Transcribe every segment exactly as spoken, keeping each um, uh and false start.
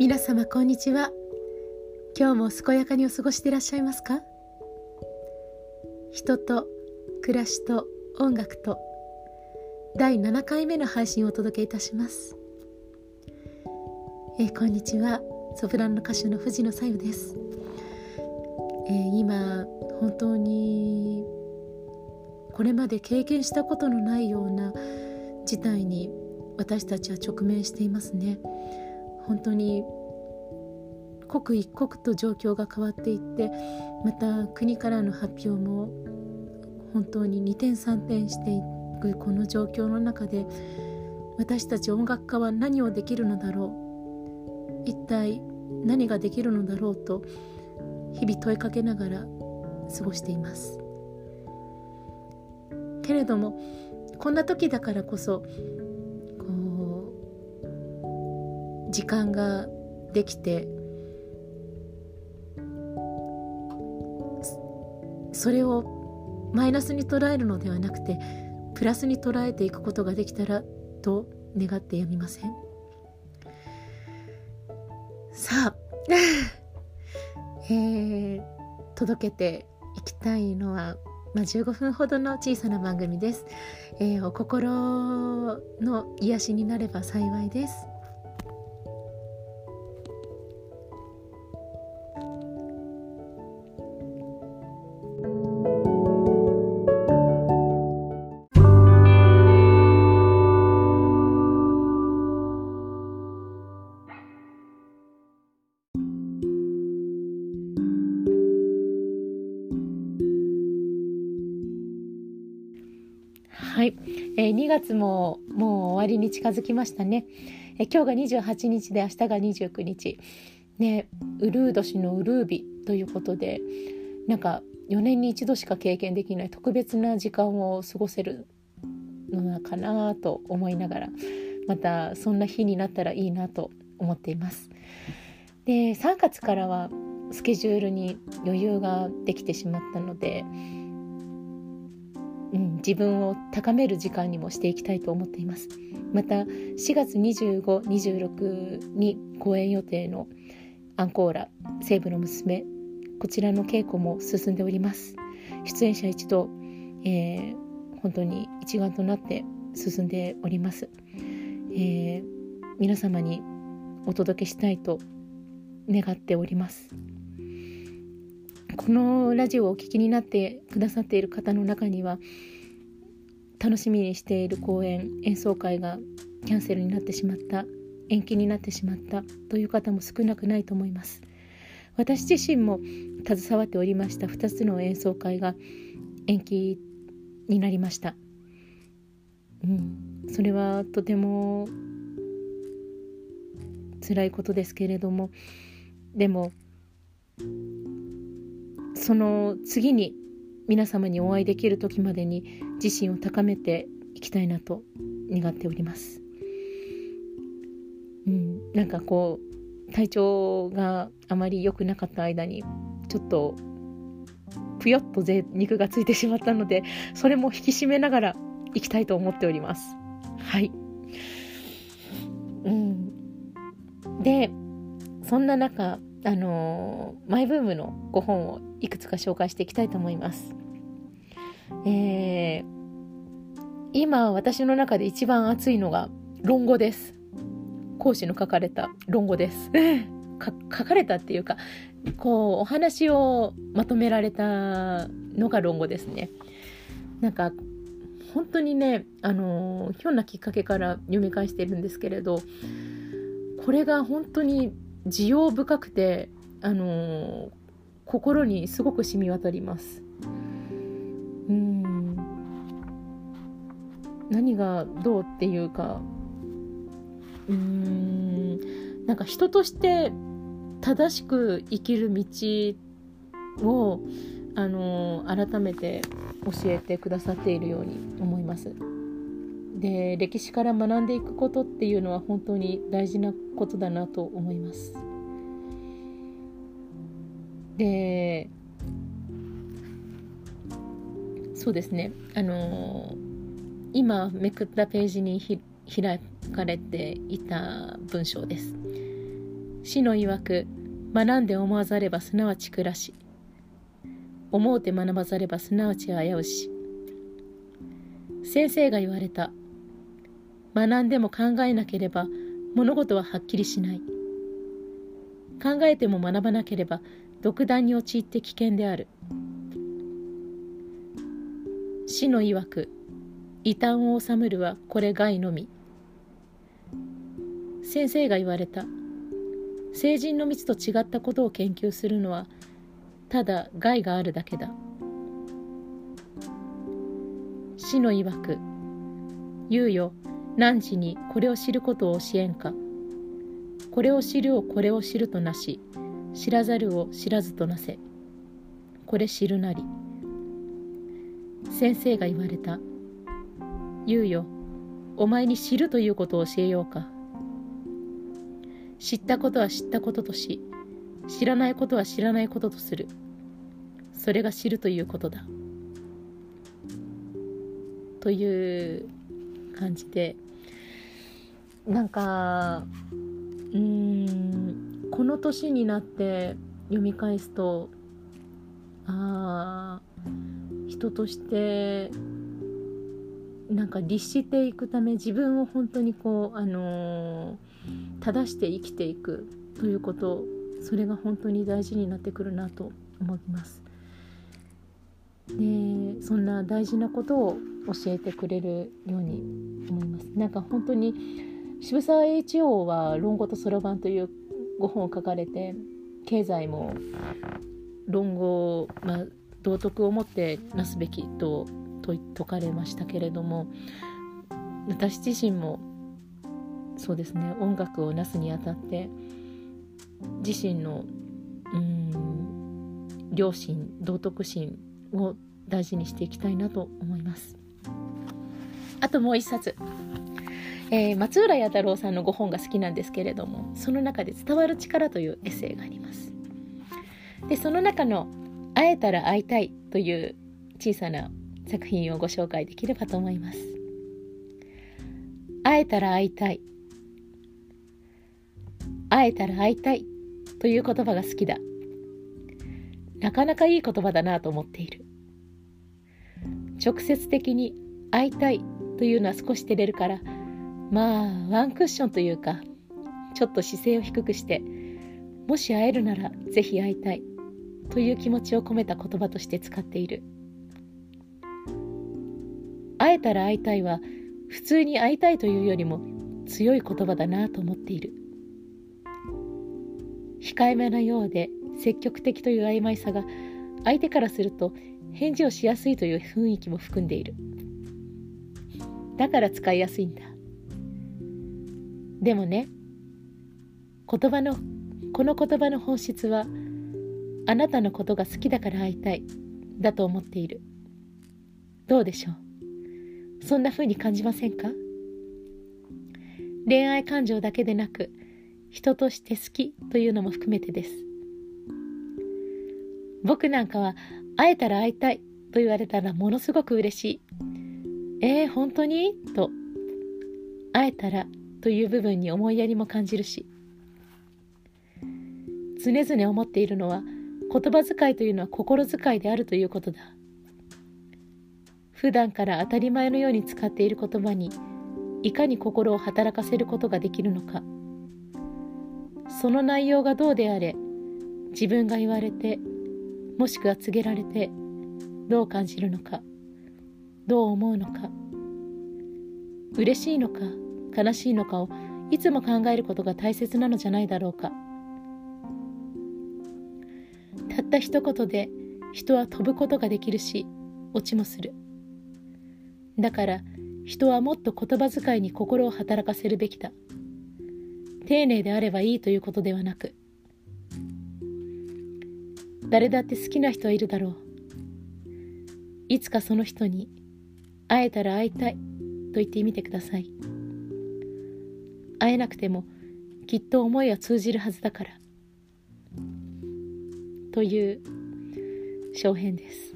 皆様こんにちは。今日も健やかにお過ごしでいらっしゃいますか？人と暮らしと音楽とだいななかいめの配信をお届けいたします。えー、こんにちは。ソプラノの歌手の藤野さゆです。えー、今本当にこれまで経験したことのないような事態に私たちは直面していますね。本当に刻一刻と状況が変わっていって、また国からの発表も本当に二転三転していくこの状況の中で、私たち音楽家は何をできるのだろう、一体何ができるのだろうと日々問いかけながら過ごしています。けれどもこんな時だからこそこう時間ができて、それをマイナスに捉えるのではなくてプラスに捉えていくことができたらと願ってやみません。さあ、えー、届けていきたいのは、まあ、じゅうごふんほどの小さな番組です。えー、お心の癒しになれば幸いです。はい、えー、にがつももう終わりに近づきましたね。えー、今日がにじゅうはちにちで明日がにじゅうくにち、ね、ウルー年のウルー日ということで、なんかよねんに一度しか経験できない特別な時間を過ごせるのかなと思いながら、またそんな日になったらいいなと思っています。で、さんがつからはスケジュールに余裕ができてしまったので、うん、自分を高める時間にもしていきたいと思っています。またしがつにじゅうご、にじゅうろくに公演予定のアンコーラ西部の娘、こちらの稽古も進んでおります。出演者一同、えー、本当に一丸となって進んでおります。えー、皆様にお届けしたいと願っております。このラジオをお聞きになってくださっている方の中には、楽しみにしている公演演奏会がキャンセルになってしまった、延期になってしまったという方も少なくないと思います。私自身も携わっておりましたふたつの演奏会が延期になりました。うん、それはとても辛いことですけれども、でもその次に皆様にお会いできる時までに自身を高めていきたいなと願っております。うん、なんかこう体調があまり良くなかった間にちょっとぷよっとぜ肉がついてしまったので、それも引き締めながらいきたいと思っております。はい、うん、でそんな中、あのー、マイブームのご本をいくつか紹介していきたいと思います。えー、今私の中で一番熱いのが論語です。講師の書かれた論語ですか書かれたっていうか、こうお話をまとめられたのが論語ですね。なんか本当にね、あのー、ひょんなきっかけから読み返しているんですけれど、これが本当に滋養深くて、あのー、心にすごく染み渡ります。うーん何がどうっていうか、うーんなんか人として正しく生きる道を、あのー、改めて教えてくださっているように思います。で、歴史から学んでいくことっていうのは本当に大事なことだなと思います。で、そうですね、あのー、今めくったページにひ開かれていた文章です。 詩の曰く、学んで思わざればすなわち暮らし、思うて学ばざればすなわち危うし。先生が言われた。学んでも考えなければ物事ははっきりしない。考えても学ばなければ独断に陥って危険である。詩の曰く、異端を治むるはこれ害のみ。先生が言われた。聖人の道と違ったことを研究するのはただ害があるだけだ。詩の曰く、言うよ、汝にこれを知ることを教えんか。これを知るをこれを知るとなし、知らざるを知らずとなせ。これ知るなり。先生が言われた。言うよ、お前に知るということを教えようか。知ったことは知ったこととし、知らないことは知らないこととする。それが知るということだ。という感じで、なんかうーんこの年になって読み返すと、あー人としてなんか律していくため、自分を本当にこう、あのー、正して生きていくということ、それが本当に大事になってくるなと思います。で、そんな大事なことを教えてくれるように思います。なんか本当に渋沢栄一郎は論語とそろばんというご本を書かれて、経済も論語を、まあ、道徳をもってなすべきと説かれましたけれども、私自身もそうですね、音楽をなすにあたって自身のうーん良心、道徳心を大事にしていきたいなと思います。あともう一冊、えー、松浦弥太郎さんのご本が好きなんですけれども、その中で伝わる力というエッセイがあります。で、その中の会えたら会いたいという小さな作品をご紹介できればと思います。会えたら会いたい、会えたら会いたいという言葉が好きだ。なかなかいい言葉だなと思っている。直接的に会いたいというのは少し照れるから、まあワンクッションというか、ちょっと姿勢を低くして、もし会えるならぜひ会いたいという気持ちを込めた言葉として使っている。会えたら会いたいは普通に会いたいというよりも強い言葉だなと思っている。控えめなようで積極的という曖昧さが相手からすると返事をしやすいという雰囲気も含んでいる。だから使いやすいんだ。でもね、言葉のこの言葉の本質は、あなたのことが好きだから会いたいだと思っている。どうでしょう。そんな風に感じませんか？恋愛感情だけでなく、人として好きというのも含めてです。僕なんかは会えたら会いたいと言われたらものすごく嬉しい。えー、本当に？と会えたらという部分に思いやりも感じるし、常々思っているのは、言葉遣いというのは心遣いであるということだ。普段から当たり前のように使っている言葉にいかに心を働かせることができるのか。その内容がどうであれ、自分が言われて、もしくは告げられてどう感じるのか、どう思うのか、嬉しいのか悲しいのかをいつも考えることが大切なのじゃないだろうか。たった一言で人は飛ぶことができるし、落ちもする。だから人はもっと言葉遣いに心を働かせるべきだ。丁寧であればいいということではなく、誰だって好きな人はいるだろう。いつかその人に会えたら会いたいと言ってみてください。会えなくてもきっと思いは通じるはずだから。という小編です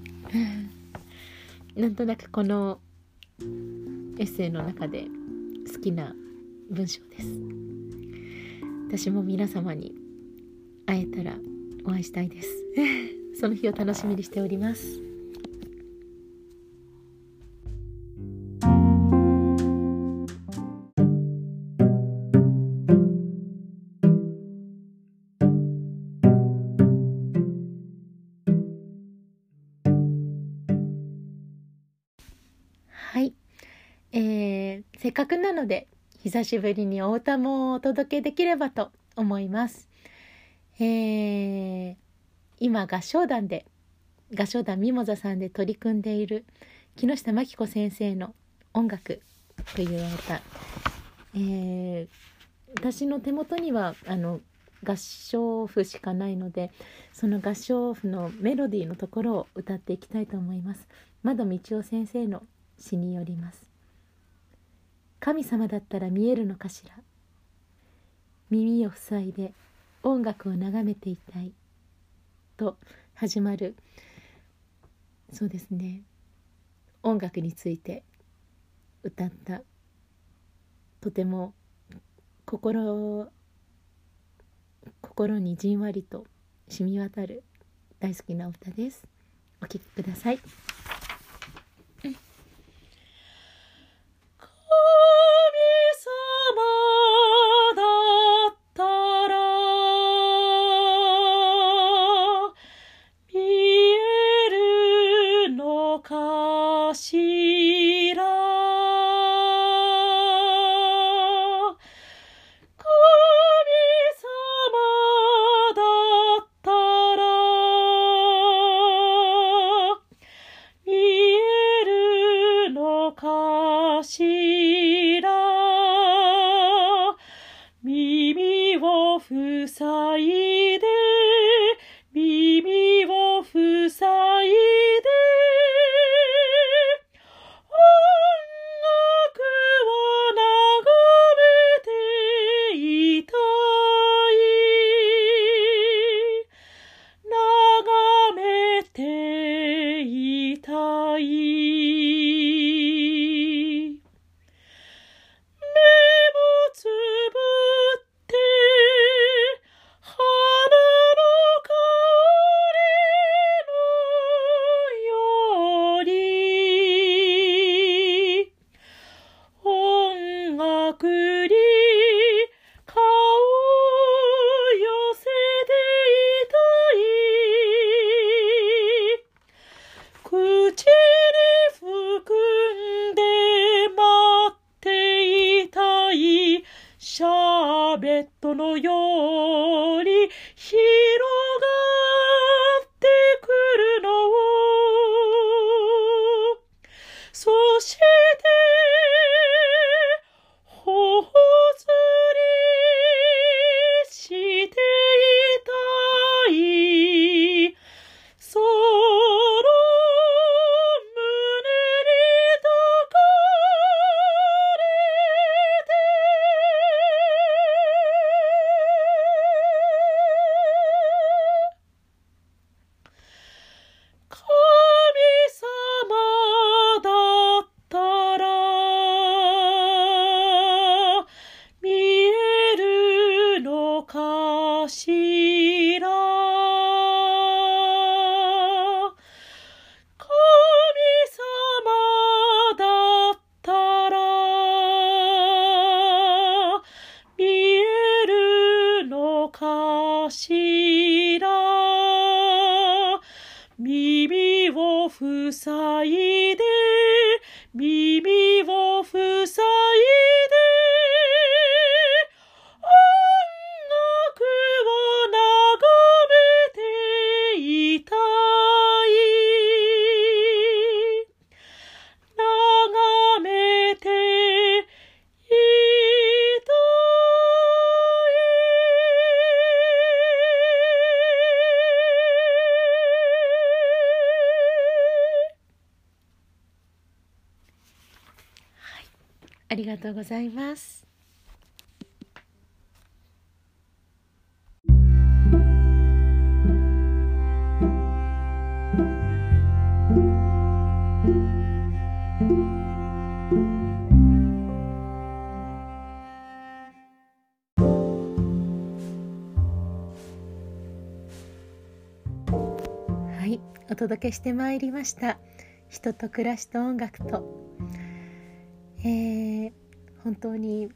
なんとなくこのエッセイの中で好きな文章です。 私も皆様に会えたらお会いしたいですその日を楽しみにしております。はい、えー、せっかくなので久しぶりにお歌もお届けできればと思います。えー、今合唱団で合唱団ミモザさんで取り組んでいる木下真紀子先生の音楽という歌、えー、私の手元にはあの合唱譜しかないので、その合唱譜のメロディーのところを歌っていきたいと思います。窓道夫先生の詩によります。神様だったら見えるのかしら。耳を塞いで音楽を眺めていたいと始まる、そうですね、音楽について歌った、とても心心にじんわりと染み渡る大好きな歌です。お聴きください。耳を塞いで耳を塞いで音楽を眺めていたい眺めていたいシャーベットのように広がってくるのを、そして頬ずりしていたい、その胸に抱かれて神様だったら見えるのかしら。神様だったら見えるのかしら。耳を塞いで耳を塞いで音楽を眺めていたい眺めていたい。ありがとうございます。 届けしてまいりました。人と暮らしと音楽と、えー、本当に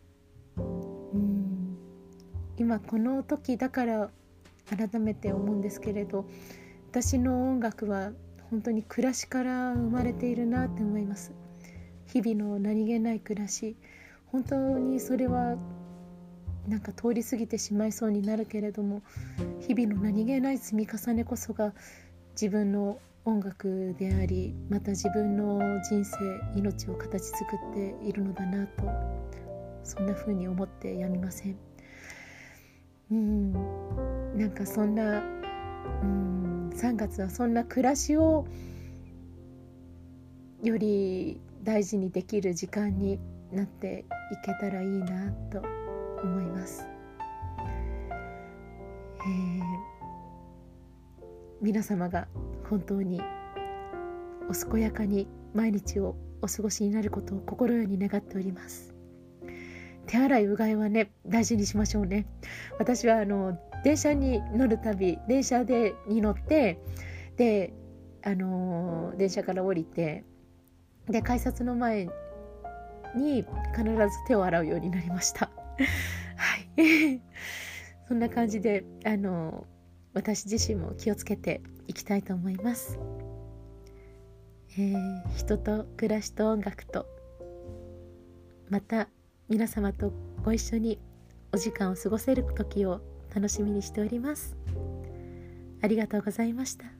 うん今この時だから改めて思うんですけれど、私の音楽は本当に暮らしから生まれているなって思います。日々の何気ない暮らし、本当にそれはなんか通り過ぎてしまいそうになるけれども、日々の何気ない積み重ねこそが自分の音楽であり、また自分の人生、命を形作っているのだなと、そんな風に思ってやみません。うんなんかそんなうんさんがつはそんな暮らしをより大事にできる時間になっていけたらいいなと思います。えー、皆様が本当にお健やかに毎日をお過ごしになることを心より願っております。手洗いうがいはね、大事にしましょうね。私はあの電車に乗るたび、電車でに乗ってで、あのー、電車から降りてで改札の前に必ず手を洗うようになりましたはいそんな感じで、あのー、私自身も気をつけていきたいと思います。えー、人と暮らしと音楽と、また皆様とご一緒にお時間を過ごせる時を楽しみにしております。ありがとうございました。